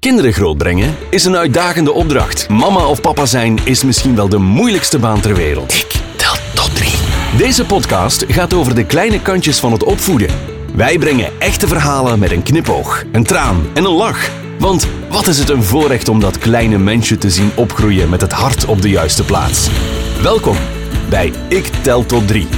Kinderen grootbrengen is een uitdagende opdracht. Mama of papa zijn is misschien wel de moeilijkste baan ter wereld. Ik tel tot 3. Deze podcast gaat over de kleine kantjes van het opvoeden. Wij brengen echte verhalen met een knipoog, een traan en een lach. Want wat is het een voorrecht om dat kleine mensje te zien opgroeien met het hart op de juiste plaats. Welkom bij Ik tel tot 3.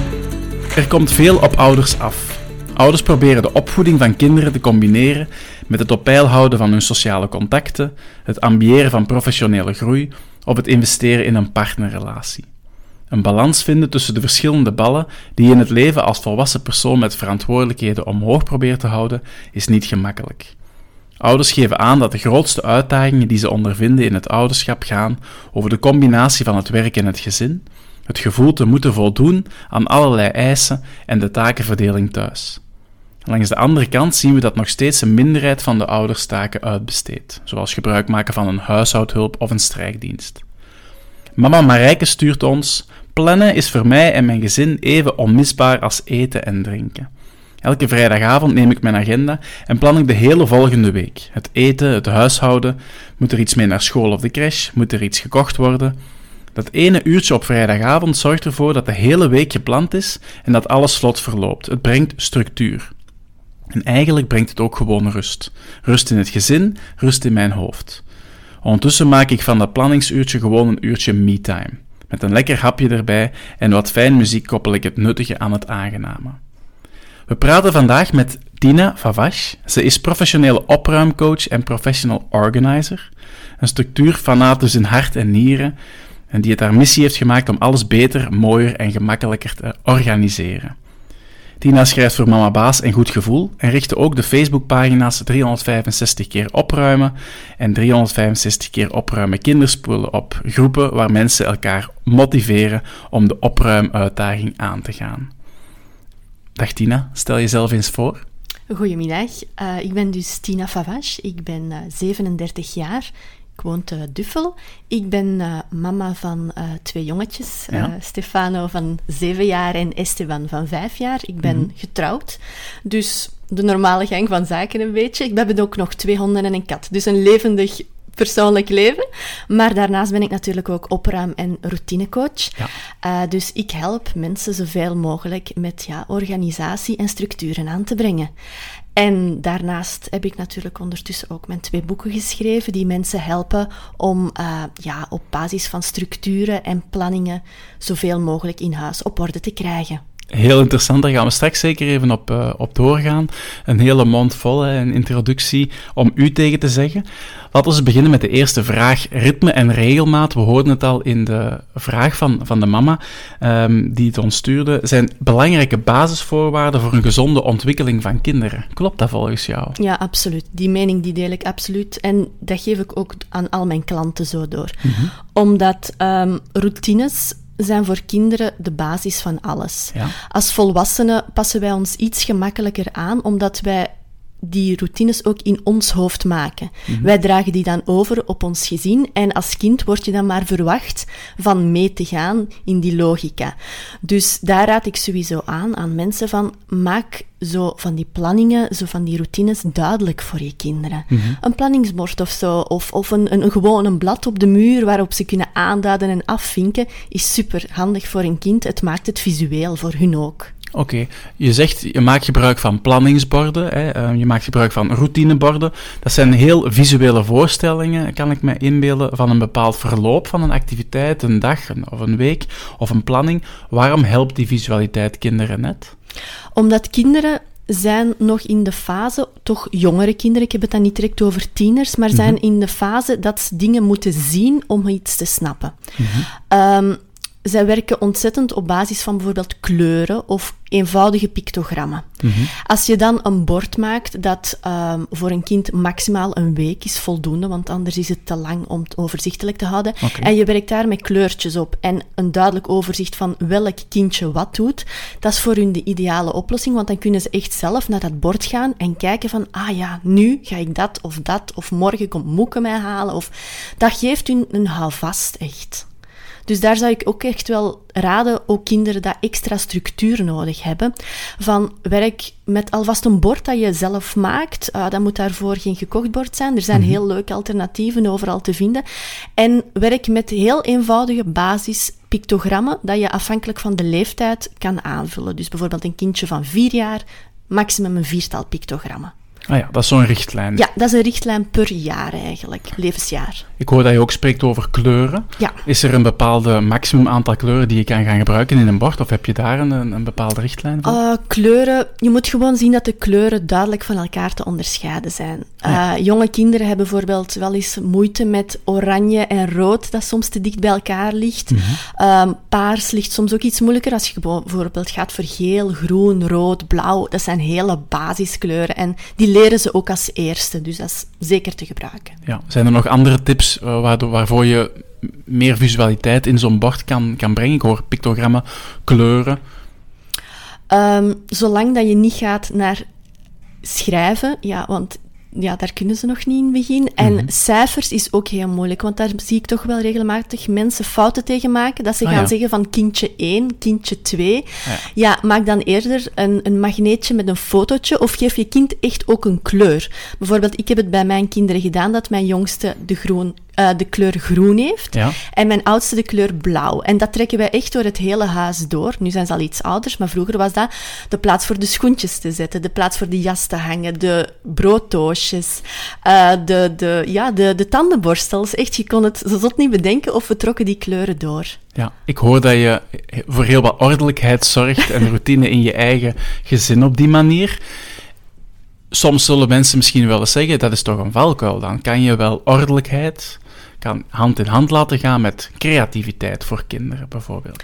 Er komt veel op ouders af. Ouders proberen de opvoeding van kinderen te combineren met het op peil houden van hun sociale contacten, het ambiëren van professionele groei of het investeren in een partnerrelatie. Een balans vinden tussen de verschillende ballen die je in het leven als volwassen persoon met verantwoordelijkheden omhoog probeert te houden, is niet gemakkelijk. Ouders geven aan dat de grootste uitdagingen die ze ondervinden in het ouderschap gaan over de combinatie van het werk en het gezin, het gevoel te moeten voldoen aan allerlei eisen en de takenverdeling thuis. Langs de andere kant zien we dat nog steeds een minderheid van de ouders taken uitbesteedt, zoals gebruik maken van een huishoudhulp of een strijkdienst. Mama Marijke stuurt ons: plannen is voor mij en mijn gezin even onmisbaar als eten en drinken. Elke vrijdagavond neem ik mijn agenda en plan ik de hele volgende week. Het eten, het huishouden, moet er iets mee naar school of de crash, moet er iets gekocht worden. Dat ene uurtje op vrijdagavond zorgt ervoor dat de hele week gepland is en dat alles vlot verloopt. Het brengt structuur. En eigenlijk brengt het ook gewoon rust. Rust in het gezin, rust in mijn hoofd. Ondertussen maak ik van dat planningsuurtje gewoon een uurtje me-time. Met een lekker hapje erbij en wat fijn muziek koppel ik het nuttige aan het aangename. We praten vandaag met Tina Favash. Ze is professionele opruimcoach en professional organizer. Een structuurfanaat dus in hart en nieren en die het haar missie heeft gemaakt om alles beter, mooier en gemakkelijker te organiseren. Tina schrijft voor Mama Baas en Goed Gevoel en richtte ook de Facebookpagina's 365 keer opruimen en 365 keer opruimen kinderspoelen op, groepen waar mensen elkaar motiveren om de opruimuitdaging aan te gaan. Dag Tina, stel jezelf eens voor. Goedemiddag, ik ben dus Tina Favash, ik ben 37 jaar. Ik woon te Duffel. Ik ben mama van 2 jongetjes. Stefano van 7 jaar en Esteban van 5 jaar. Ik ben getrouwd. Dus de normale gang van zaken een beetje. Ik heb ook nog 2 honden en een kat. Dus een levendig persoonlijk leven. Maar daarnaast ben ik natuurlijk ook opruim- en routinecoach. Ja. Dus ik help mensen zoveel mogelijk met organisatie en structuren aan te brengen. En daarnaast heb ik natuurlijk ondertussen ook mijn 2 boeken geschreven die mensen helpen om op basis van structuren en planningen zoveel mogelijk in huis op orde te krijgen. Heel interessant, daar gaan we straks zeker even op doorgaan. Een hele mond vol, een introductie om u tegen te zeggen. Laten we beginnen met de eerste vraag. Ritme en regelmaat, we hoorden het al in de vraag van de mama die het ons stuurde, zijn belangrijke basisvoorwaarden voor een gezonde ontwikkeling van kinderen. Klopt dat volgens jou? Ja, absoluut. Die mening die deel ik absoluut. En dat geef ik ook aan al mijn klanten zo door. Omdat routines zijn voor kinderen de basis van alles. Ja. Als volwassenen passen wij ons iets gemakkelijker aan, omdat wij die routines ook in ons hoofd maken. Wij dragen die dan over op ons gezin en als kind word je dan maar verwacht van mee te gaan in die logica. Dus daar raad ik sowieso aan mensen van maak zo van die planningen, zo van die routines duidelijk voor je kinderen. Een planningsbord of zo, of gewoon een blad op de muur waarop ze kunnen aanduiden en afvinken, is super handig voor een kind. Het maakt het visueel voor hun ook. Oké, je zegt, je maakt gebruik van planningsborden, je maakt gebruik van routineborden. Dat zijn heel visuele voorstellingen, kan ik me inbeelden, van een bepaald verloop van een activiteit, een dag of een week of een planning. Waarom helpt die visualiteit kinderen net? Omdat kinderen zijn nog in de fase, toch jongere kinderen, ik heb het dan niet direct over tieners, maar zijn in de fase dat ze dingen moeten zien om iets te snappen. Zij werken ontzettend op basis van bijvoorbeeld kleuren of eenvoudige pictogrammen. Als je dan een bord maakt dat voor een kind maximaal een week is voldoende, want anders is het te lang om het overzichtelijk te houden, en je werkt daar met kleurtjes op en een duidelijk overzicht van welk kindje wat doet, dat is voor hun de ideale oplossing, want dan kunnen ze echt zelf naar dat bord gaan en kijken van, nu ga ik dat, of morgen komt Moeke mij halen, of dat geeft hun een houvast echt. Dus daar zou ik ook echt wel raden, ook kinderen dat extra structuur nodig hebben, van werk met alvast een bord dat je zelf maakt. Dat moet daarvoor geen gekocht bord zijn. Er zijn heel leuke alternatieven overal te vinden. En werk met heel eenvoudige basispictogrammen dat je afhankelijk van de leeftijd kan aanvullen. Dus bijvoorbeeld een kindje van 4 jaar, maximum een 4-tal pictogrammen. Ah ja, dat is zo'n richtlijn. Ja, dat is een richtlijn per jaar eigenlijk, levensjaar. Ik hoor dat je ook spreekt over kleuren. Ja. Is er een bepaalde maximum aantal kleuren die je kan gaan gebruiken in een bord? Of heb je daar een bepaalde richtlijn voor? Kleuren, je moet gewoon zien dat de kleuren duidelijk van elkaar te onderscheiden zijn. Jonge kinderen hebben bijvoorbeeld wel eens moeite met oranje en rood, dat soms te dicht bij elkaar ligt. Paars ligt soms ook iets moeilijker als je bijvoorbeeld gaat voor geel, groen, rood, blauw. Dat zijn hele basiskleuren en die leren ze ook als eerste, dus dat is zeker te gebruiken. Ja. Zijn er nog andere tips waarvoor je meer visualiteit in zo'n bord kan brengen? Ik hoor pictogrammen, kleuren. Zolang dat je niet gaat naar schrijven, want daar kunnen ze nog niet in het begin. En cijfers is ook heel moeilijk, want daar zie ik toch wel regelmatig mensen fouten tegen maken, dat ze gaan zeggen van kindje 1, kindje 2. Ja, maak dan eerder een magneetje met een fotootje, of geef je kind echt ook een kleur. Bijvoorbeeld, ik heb het bij mijn kinderen gedaan, dat mijn jongste de kleur groen heeft, en mijn oudste de kleur blauw. En dat trekken wij echt door het hele huis door. Nu zijn ze al iets ouders, maar vroeger was dat de plaats voor de schoentjes te zetten, de plaats voor de jas te hangen, de brooddoosjes, de tandenborstels. Echt, je kon het zo zot niet bedenken of we trokken die kleuren door. Ja, ik hoor dat je voor heel wat ordelijkheid zorgt en routine in je eigen gezin op die manier. Soms zullen mensen misschien wel eens zeggen, dat is toch een valkuil. Dan kan je wel ordelijkheid kan hand in hand laten gaan met creativiteit voor kinderen, bijvoorbeeld.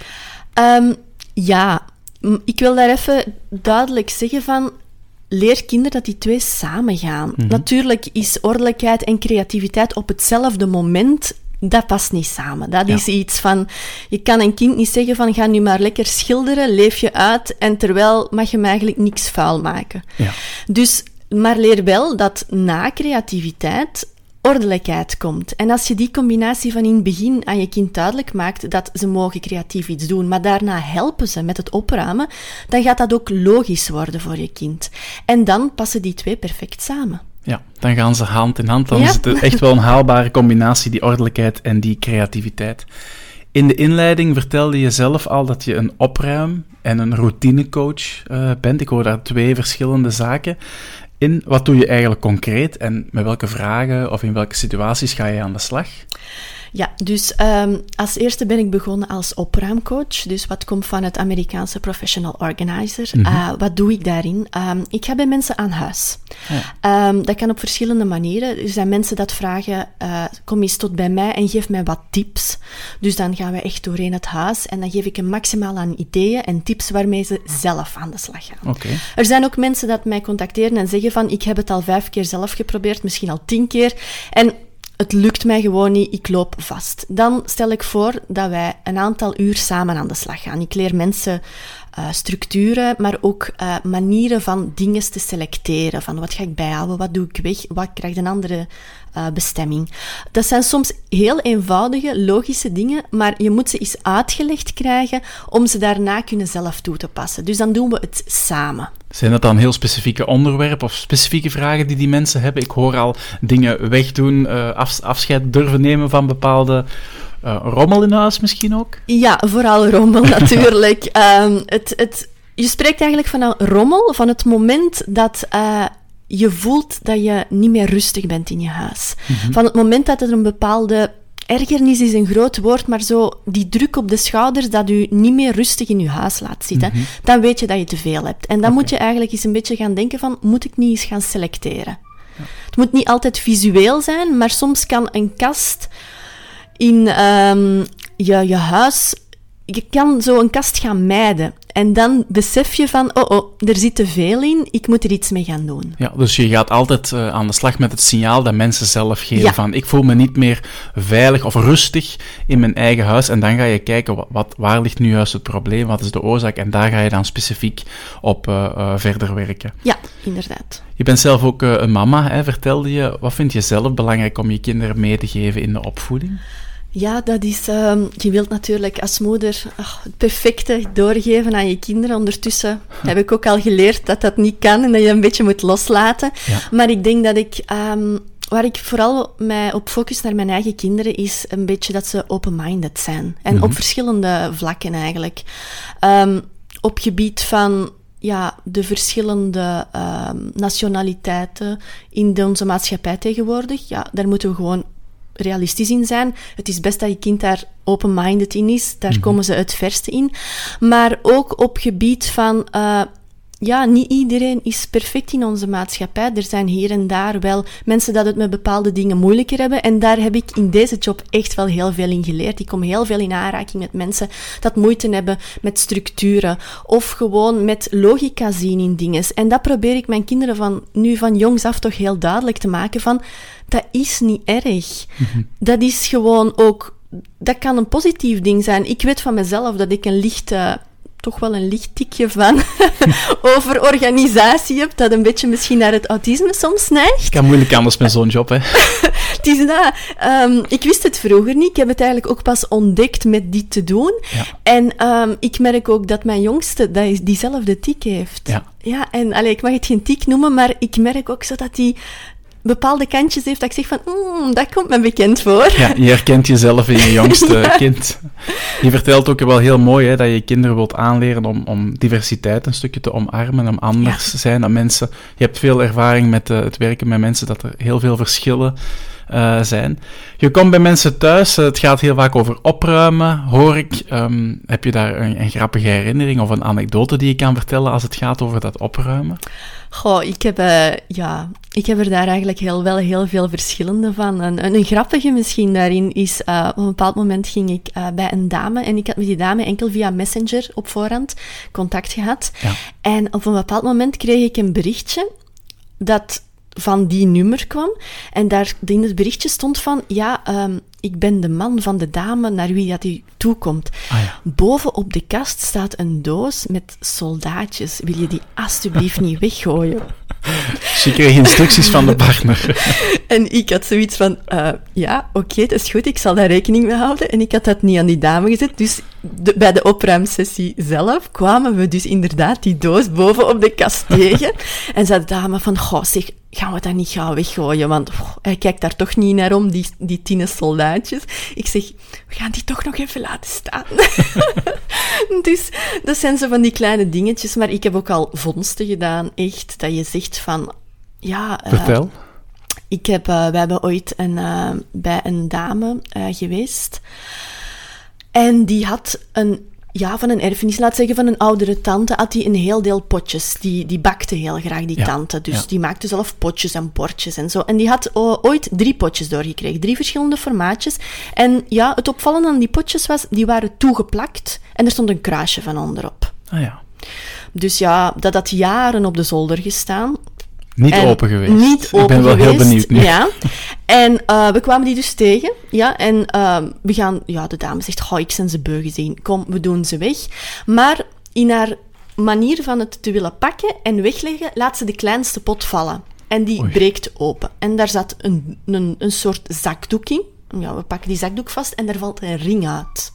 Ik wil daar even duidelijk zeggen van, leer kinderen dat die twee samen gaan. Natuurlijk is ordelijkheid en creativiteit op hetzelfde moment, dat past niet samen. Dat is iets van, je kan een kind niet zeggen van, ga nu maar lekker schilderen, leef je uit, en terwijl mag je hem eigenlijk niks vuil maken. Ja. Dus, maar leer wel dat na creativiteit ordelijkheid komt. En als je die combinatie van in het begin aan je kind duidelijk maakt dat ze mogen creatief iets doen, maar daarna helpen ze met het opruimen, dan gaat dat ook logisch worden voor je kind. En dan passen die twee perfect samen. Ja, dan gaan ze hand in hand. Dan is het echt wel een haalbare combinatie, die ordelijkheid en die creativiteit. In de inleiding vertelde je zelf al dat je een opruim- en een routinecoach bent. Ik hoor daar 2 verschillende zaken in. Wat doe je eigenlijk concreet en met welke vragen of in welke situaties ga je aan de slag? Ja, dus als eerste ben ik begonnen als opruimcoach. Dus wat komt van het Amerikaanse Professional Organizer. Wat doe ik daarin? Ik ga bij mensen aan huis. Dat kan op verschillende manieren. Er zijn mensen dat vragen, kom eens tot bij mij en geef mij wat tips. Dus dan gaan we echt doorheen het huis en dan geef ik een maximaal aan ideeën en tips waarmee ze zelf aan de slag gaan. Okay. Er zijn ook mensen dat mij contacteren en zeggen van, ik heb het al 5 keer zelf geprobeerd, misschien al 10 keer. En het lukt mij gewoon niet, ik loop vast. Dan stel ik voor dat wij een aantal uur samen aan de slag gaan. Ik leer mensen structuren, maar ook manieren van dingen te selecteren. Van wat ga ik bijhouden, wat doe ik weg, wat krijgt een andere bestemming. Dat zijn soms heel eenvoudige, logische dingen, maar je moet ze eens uitgelegd krijgen om ze daarna kunnen zelf toe te passen. Dus dan doen we het samen. Zijn dat dan heel specifieke onderwerpen of specifieke vragen die mensen hebben? Ik hoor al dingen wegdoen, afscheid durven nemen van bepaalde rommel in huis misschien ook? Ja, vooral rommel natuurlijk. Je spreekt eigenlijk van een rommel, van het moment dat je voelt dat je niet meer rustig bent in je huis. Van het moment dat er een bepaalde ergernis is een groot woord, maar zo die druk op de schouders dat u niet meer rustig in uw huis laat zitten, dan weet je dat je te veel hebt. En dan moet je eigenlijk eens een beetje gaan denken van, moet ik niet eens gaan selecteren? Ja. Het moet niet altijd visueel zijn, maar soms kan een kast in je huis, je kan zo een kast gaan mijden. En dan besef je van, er zit te veel in, ik moet er iets mee gaan doen. Ja, dus je gaat altijd aan de slag met het signaal dat mensen zelf geven van, ik voel me niet meer veilig of rustig in mijn eigen huis. En dan ga je kijken, waar ligt nu juist het probleem, wat is de oorzaak? En daar ga je dan specifiek op verder werken. Ja, inderdaad. Je bent zelf ook een mama, vertelde je. Wat vind je zelf belangrijk om je kinderen mee te geven in de opvoeding? Ja, dat is... je wilt natuurlijk als moeder het perfecte doorgeven aan je kinderen. Ondertussen heb ik ook al geleerd dat dat niet kan en dat je een beetje moet loslaten. Ja. Maar ik denk dat ik... waar ik vooral mij op focus naar mijn eigen kinderen is een beetje dat ze open-minded zijn. En op verschillende vlakken eigenlijk. Op gebied van... de verschillende nationaliteiten in onze maatschappij tegenwoordig. Ja, daar moeten we gewoon realistisch in zijn. Het is best dat je kind daar open-minded in is. Daar komen ze het verste in. Maar ook op gebied van... niet iedereen is perfect in onze maatschappij. Er zijn hier en daar wel mensen dat het met bepaalde dingen moeilijker hebben. En daar heb ik in deze job echt wel heel veel in geleerd. Ik kom heel veel in aanraking met mensen dat moeite hebben met structuren. Of gewoon met logica zien in dingen. En dat probeer ik mijn kinderen van jongs af toch heel duidelijk te maken van... Dat is niet erg. Dat is gewoon ook... Dat kan een positief ding zijn. Ik weet van mezelf dat ik toch wel een licht tikje van over organisatie heb, dat een beetje misschien naar het autisme soms neigt. Kan moeilijk anders met zo'n job, hè? Het is dat. Ik wist het vroeger niet. Ik heb het eigenlijk ook pas ontdekt met dit te doen. Ja. En ik merk ook dat mijn jongste diezelfde tik heeft. Ja, en ik mag het geen tik noemen, maar ik merk ook zo dat die bepaalde kantjes heeft dat ik zeg van, dat komt me bekend voor. Ja, je herkent jezelf in je jongste kind. Je vertelt ook wel heel mooi hè, dat je kinderen wilt aanleren om diversiteit een stukje te omarmen, om anders te zijn dan mensen. Je hebt veel ervaring met het werken met mensen, dat er heel veel verschillen zijn. Je komt bij mensen thuis, het gaat heel vaak over opruimen, hoor ik. Heb je daar een grappige herinnering of een anekdote die je kan vertellen als het gaat over dat opruimen? Goh, ik heb er daar eigenlijk heel veel verschillende van. Een grappige misschien daarin is, op een bepaald moment ging ik bij een dame en ik had met die dame enkel via Messenger op voorhand contact gehad. Ja. En op een bepaald moment kreeg ik een berichtje dat van die nummer kwam. En daar in het berichtje stond van, ik ben de man van de dame naar wie dat u toekomt. Boven op de kast staat een doos met soldaatjes. Wil je die alsjeblieft niet weggooien? Dus je kreeg instructies van de partner. En ik had zoiets van, oké, dat is goed, ik zal daar rekening mee houden. En ik had dat niet aan die dame gezet. Dus bij de opruimsessie zelf kwamen we dus inderdaad die doos boven op de kast tegen. En zei de dame van, zeg, gaan we dat niet gauw weggooien? Want hij kijkt daar toch niet naar om, die 10 soldaatjes. Ik zeg, we gaan die toch nog even laten staan. Dus dat zijn zo van die kleine dingetjes. Maar ik heb ook al vondsten gedaan, echt, dat je zegt van... Vertel. Wij hebben ooit bij een dame geweest. En die had van een erfenis, laat zeggen, van een oudere tante, had die een heel deel potjes. Die bakte heel graag, die tante. Dus die maakte zelf potjes en bordjes en zo. En die had ooit 3 potjes doorgekregen. 3 verschillende formaatjes. En het opvallende aan die potjes was, die waren toegeplakt en er stond een kruisje van onderop. Dus dat had jaren op de zolder gestaan. Niet open geweest. Ik ben wel heel benieuwd nu. Ja. En we kwamen die dus tegen. Ja, en we gaan... de dame zegt, ik zijn ze beu gezien. Kom, we doen ze weg. Maar in haar manier van het te willen pakken en wegleggen, laat ze de kleinste pot vallen. En die breekt open. En daar zat een soort zakdoek in. Ja, we pakken die zakdoek vast en daar valt een ring uit.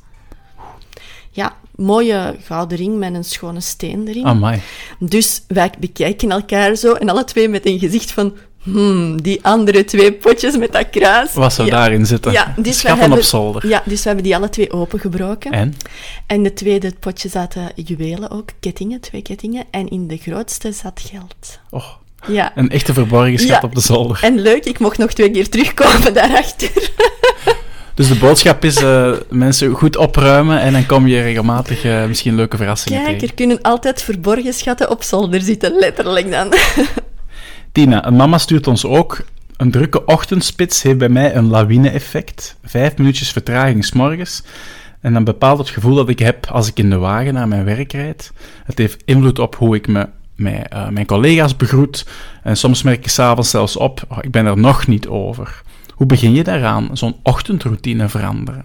Ja, mooie gouden ring met een schone steen erin. Amai. Dus wij bekijken elkaar zo en alle twee met een gezicht van... die andere 2 potjes met dat kruis. Wat zou daarin zitten? Ja, dus op zolder. Ja, dus we hebben die alle 2 opengebroken. En de tweede potje zaten juwelen ook, 2 kettingen. En in de grootste zat geld. Oh, ja. Een echte verborgen schat op de zolder. En leuk, ik mocht nog 2 keer terugkomen daarachter. Dus de boodschap is mensen goed opruimen en dan kom je regelmatig misschien leuke verrassingen tegen. Kijk, er kunnen altijd verborgen schatten op zolder zitten, letterlijk dan. Tina, een mama stuurt ons ook. Een drukke ochtendspits heeft bij mij een lawine-effect. 5 minuutjes vertraging 's morgens. En dan bepaalt het gevoel dat ik heb als ik in de wagen naar mijn werk rijd. Het heeft invloed op hoe ik mijn collega's begroet. En soms merk ik 's avonds zelfs op, ik ben er nog niet over. Hoe begin je daaraan, zo'n ochtendroutine veranderen?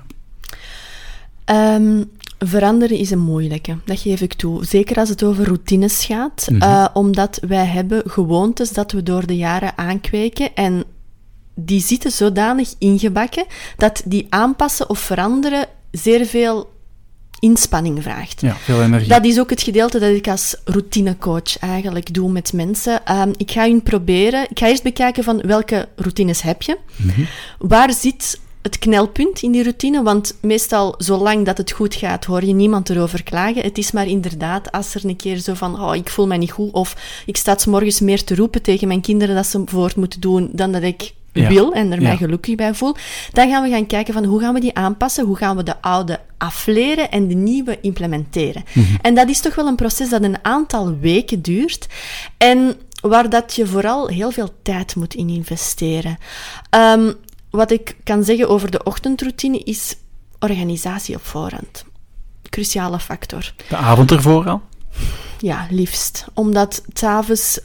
Veranderen is een moeilijke, dat geef ik toe. Zeker als het over routines gaat. Omdat wij hebben gewoontes dat we door de jaren aankweken. En die zitten zodanig ingebakken dat die aanpassen of veranderen zeer veel inspanning vraagt. Ja, veel energie. Dat is ook het gedeelte dat ik als routinecoach eigenlijk doe met mensen. Ik ga eerst bekijken van welke routines heb je. Mm-hmm. Waar zit het knelpunt in die routine? Want meestal, zolang dat het goed gaat, hoor je niemand erover klagen. Het is maar inderdaad, als er een keer zo van, ik voel me niet goed, of ik sta 's morgens meer te roepen tegen mijn kinderen dat ze voort moeten doen dan dat ik wil en er mij gelukkig bij voel, dan gaan we gaan kijken van hoe gaan we die aanpassen, hoe gaan we de oude afleren en de nieuwe implementeren. Mm-hmm. En dat is toch wel een proces dat een aantal weken duurt en waar dat je vooral heel veel tijd moet in investeren. Wat ik kan zeggen over de ochtendroutine is organisatie op voorhand. Cruciale factor. De avond ervoor al? Ja, liefst. Omdat 's avonds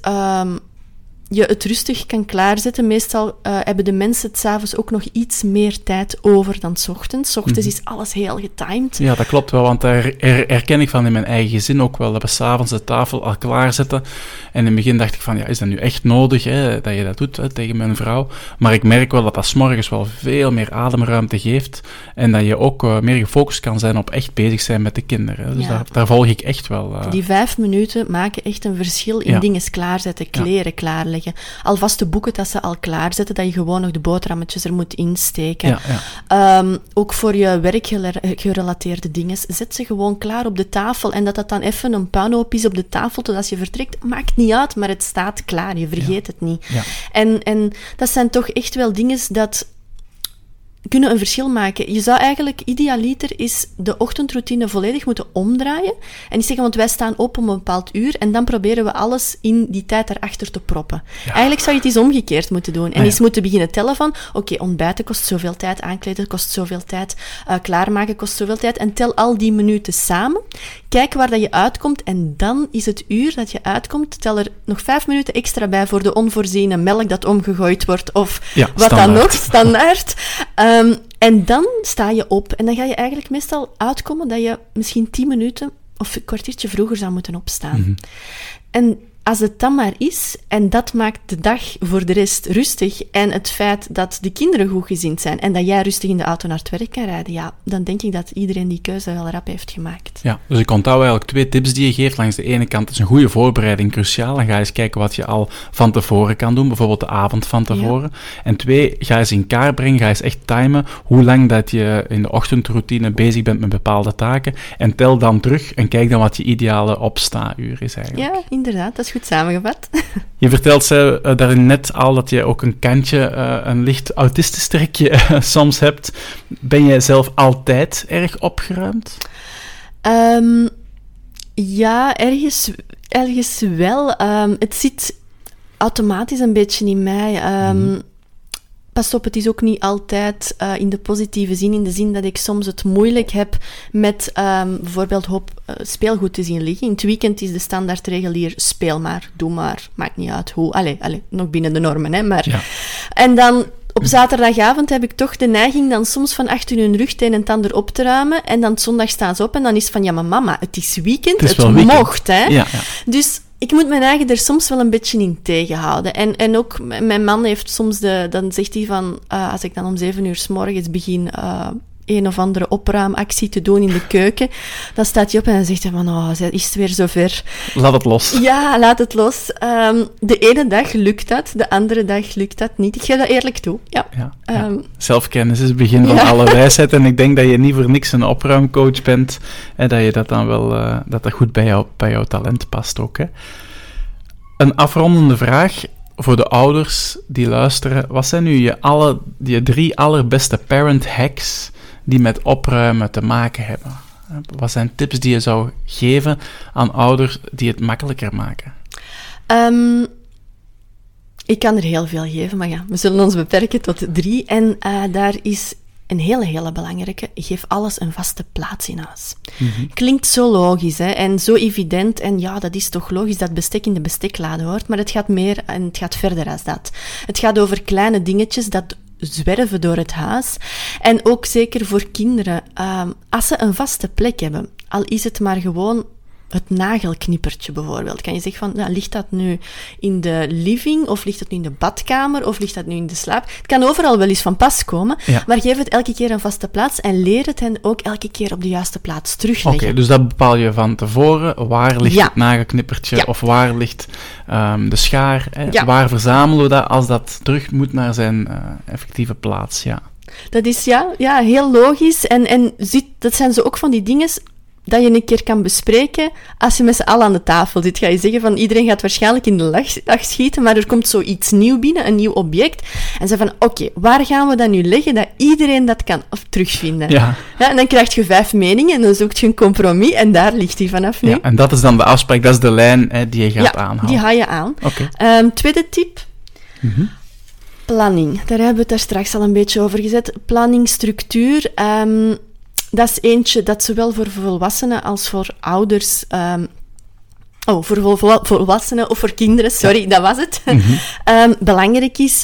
je het rustig kan klaarzetten. Meestal hebben de mensen 's avonds ook nog iets meer tijd over dan 's ochtends. 's ochtends is alles heel getimed. Ja, dat klopt wel, want daar herken ik van in mijn eigen gezin ook wel, dat we 's avonds de tafel al klaarzetten. En in het begin dacht ik van, is dat nu echt nodig, dat je dat doet tegen mijn vrouw? Maar ik merk wel dat dat 's morgens wel veel meer ademruimte geeft en dat je ook meer gefocust kan zijn op echt bezig zijn met de kinderen. Dus daar volg ik echt wel. Die 5 minuten maken echt een verschil in dingen klaarzetten, kleren klaarleggen. Alvast de boeken dat ze al klaarzetten, dat je gewoon nog de boterhammetjes er moet insteken. Ook voor je werkgerelateerde dingen, zet ze gewoon klaar op de tafel. En dat dan even een puinhoop is op de tafel, tot als je vertrekt, maakt niet uit, maar het staat klaar, je vergeet het niet. Ja. En dat zijn toch echt wel dingen dat kunnen een verschil maken. Je zou eigenlijk, idealiter is de ochtendroutine volledig moeten omdraaien en niet zeggen, want wij staan op om een bepaald uur en dan proberen we alles in die tijd erachter te proppen. Ja. Eigenlijk zou je het eens omgekeerd moeten doen en eens moeten beginnen tellen van, ontbijten kost zoveel tijd, aankleden kost zoveel tijd, klaarmaken kost zoveel tijd en tel al die minuten samen. Kijk waar dat je uitkomt en dan is het uur dat je uitkomt, tel er nog 5 minuten extra bij voor de onvoorziene melk dat omgegooid wordt of wat dan nog, standaard. En dan sta je op en dan ga je eigenlijk meestal uitkomen dat je misschien 10 minuten of een kwartiertje vroeger zou moeten opstaan. Mm-hmm. En als het dan maar is, en dat maakt de dag voor de rest rustig, en het feit dat de kinderen goedgezind zijn en dat jij rustig in de auto naar het werk kan rijden, dan denk ik dat iedereen die keuze wel rap heeft gemaakt. Ja, dus ik onthoud eigenlijk 2 tips die je geeft. Langs de ene kant is een goede voorbereiding cruciaal. Dan ga je eens kijken wat je al van tevoren kan doen, bijvoorbeeld de avond van tevoren. Ja. En 2, ga eens in kaart brengen, ga eens echt timen hoe lang dat je in de ochtendroutine bezig bent met bepaalde taken en tel dan terug en kijk dan wat je ideale opsta-uur is eigenlijk. Ja, inderdaad, dat is goed samengevat. Je vertelt daarin net al dat je ook een kantje, een licht autistisch trekje soms hebt. Ben jij zelf altijd erg opgeruimd? Ja, ergens wel. Het zit automatisch een beetje in mij. Pas op, het is ook niet altijd in de positieve zin, in de zin dat ik soms het moeilijk heb met bijvoorbeeld speelgoed te zien liggen. In het weekend is de standaardregel hier, speel maar, doe maar, maakt niet uit hoe. Allee, nog binnen de normen, hè. Maar... Ja. En dan... Op zaterdagavond heb ik toch de neiging dan soms van achter hun rug het een en het ander op te ruimen. En dan zondag staan ze op en dan is het van, ja, maar mama, het is weekend, het mocht, hè. Ja. Dus ik moet mijn eigen er soms wel een beetje in tegenhouden. En ook, mijn man heeft soms dan zegt hij van, als ik dan om 7 uur 's morgens begin een of andere opruimactie te doen in de keuken, dan staat hij op en dan zegt hij van, is het weer zover? Laat het los. Ja, laat het los. De ene dag lukt dat, de andere dag lukt dat niet. Ik geef dat eerlijk toe. Ja. Zelfkennis is het begin van alle wijsheid en ik denk dat je niet voor niks een opruimcoach bent en dat je dat dan wel, dat goed bij jouw talent past ook. Hè. Een afrondende vraag voor de ouders die luisteren. Wat zijn nu je 3 allerbeste parent hacks die met opruimen te maken hebben? Wat zijn tips die je zou geven aan ouders die het makkelijker maken? Ik kan er heel veel geven, maar ja, we zullen ons beperken tot 3. En daar is een hele belangrijke. Geef alles een vaste plaats in huis. Mm-hmm. Klinkt zo logisch, hè, en zo evident. En ja, dat is toch logisch dat bestek in de besteklade hoort. Maar het gaat meer en het gaat verder als dat. Het gaat over kleine dingetjes dat zwerven door het huis. En ook zeker voor kinderen. Als ze een vaste plek hebben, al is het maar gewoon het nagelknippertje bijvoorbeeld. Kan je zeggen van, ligt dat nu in de living, of ligt het nu in de badkamer, of ligt dat nu in de slaap? Het kan overal wel eens van pas komen, maar geef het elke keer een vaste plaats en leer het hen ook elke keer op de juiste plaats terugleggen. Oké, dus dat bepaal je van tevoren. Waar ligt het nagelknippertje, of waar ligt de schaar? Waar verzamelen we dat als dat terug moet naar zijn effectieve plaats? Ja. Dat is heel logisch. En dat zijn zo ook van die dingen dat je een keer kan bespreken als je met z'n allen aan de tafel zit. Ga je zeggen van, iedereen gaat waarschijnlijk in de lach schieten, maar er komt zoiets nieuw binnen, een nieuw object. En ze van, oké, waar gaan we dat nu leggen dat iedereen dat kan terugvinden? Ja, en dan krijg je 5 meningen en dan zoek je een compromis en daar ligt hij vanaf nu. Ja, en dat is dan de afspraak, dat is de lijn die je gaat aanhouden. Die ga je aan. Okay. Tweede tip. Planning. Daar hebben we het daar straks al een beetje over gezet. Planning, structuur. Dat is eentje dat zowel voor volwassenen als voor ouders... voor volwassenen of voor kinderen, sorry, dat was het. Belangrijk is,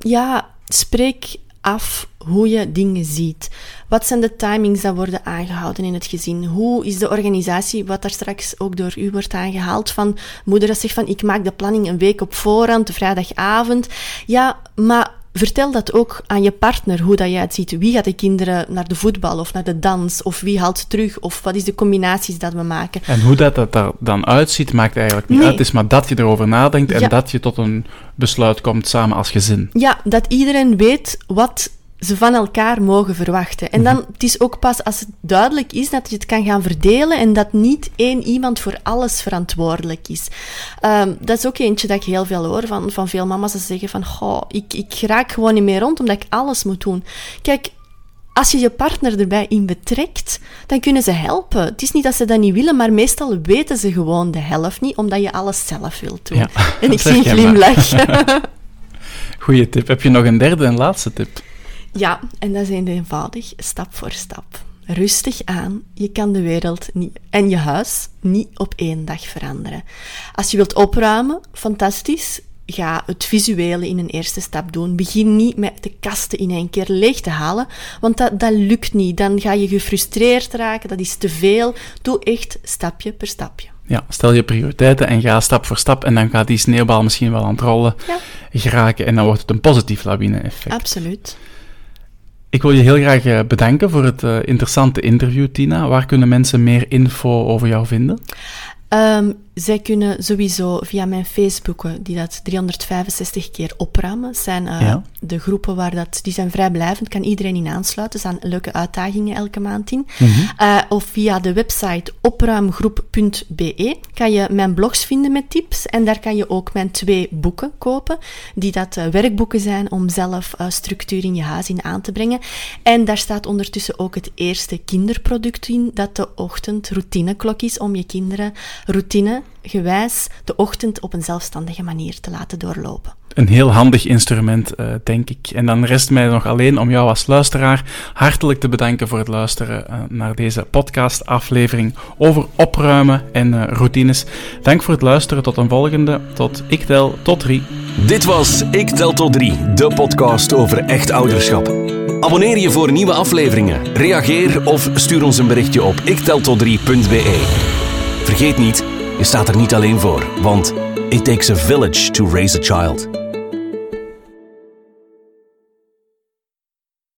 spreek af hoe je dingen ziet. Wat zijn de timings die worden aangehouden in het gezin? Hoe is de organisatie, wat daar straks ook door u wordt aangehaald, van moeder dat zegt van, ik maak de planning een week op voorhand, de vrijdagavond. Ja, maar vertel dat ook aan je partner, hoe dat jij het ziet. Wie gaat de kinderen naar de voetbal of naar de dans? Of wie haalt terug? Of wat is de combinaties dat we maken? En hoe dat er dan uitziet, maakt eigenlijk niet uit. Het is maar dat je erover nadenkt en dat je tot een besluit komt samen als gezin. Ja, dat iedereen weet wat ze van elkaar mogen verwachten. En dan, het is ook pas als het duidelijk is dat je het kan gaan verdelen en dat niet één iemand voor alles verantwoordelijk is. Dat is ook eentje dat ik heel veel hoor van veel mama's die zeggen van, ik raak gewoon niet meer rond omdat ik alles moet doen. Kijk, als je je partner erbij in betrekt, dan kunnen ze helpen. Het is niet dat ze dat niet willen, maar meestal weten ze gewoon de helft niet, omdat je alles zelf wilt doen. Ja, en ik zie een glimlach. Goeie tip. Heb je nog een derde en laatste tip? Ja, en dat is heel eenvoudig, stap voor stap. Rustig aan, je kan de wereld niet, en je huis niet op 1 dag veranderen. Als je wilt opruimen, fantastisch, ga het visuele in een eerste stap doen. Begin niet met de kasten in 1 keer leeg te halen, want dat lukt niet. Dan ga je gefrustreerd raken, dat is te veel. Doe echt stapje per stapje. Ja, stel je prioriteiten en ga stap voor stap en dan gaat die sneeuwbal misschien wel aan het rollen geraken en dan wordt het een positief lawine-effect. Absoluut. Ik wil je heel graag bedanken voor het interessante interview, Tina. Waar kunnen mensen meer info over jou vinden? Zij kunnen sowieso via mijn Facebooken, die dat 365 keer opruimen, zijn de groepen die zijn vrijblijvend, kan iedereen in aansluiten. Er zijn leuke uitdagingen elke maand in. Of via de website opruimgroep.be kan je mijn blogs vinden met tips en daar kan je ook mijn 2 boeken kopen, die dat werkboeken zijn om zelf structuur in je huis in aan te brengen. En daar staat ondertussen ook het eerste kinderproduct in, dat de ochtendroutineklok is om je kinderen routinegewijs de ochtend op een zelfstandige manier te laten doorlopen. Een heel handig instrument, denk ik. En dan rest mij nog alleen om jou als luisteraar hartelijk te bedanken voor het luisteren naar deze podcastaflevering over opruimen en routines. Dank voor het luisteren. Tot een volgende. Tot Ik Tel Tot 3. Dit was Ik Tel Tot 3, de podcast over echt ouderschap. Abonneer je voor nieuwe afleveringen. Reageer of stuur ons een berichtje op ikteltot3.be. Vergeet niet, je staat er niet alleen voor, want it takes a village to raise a child.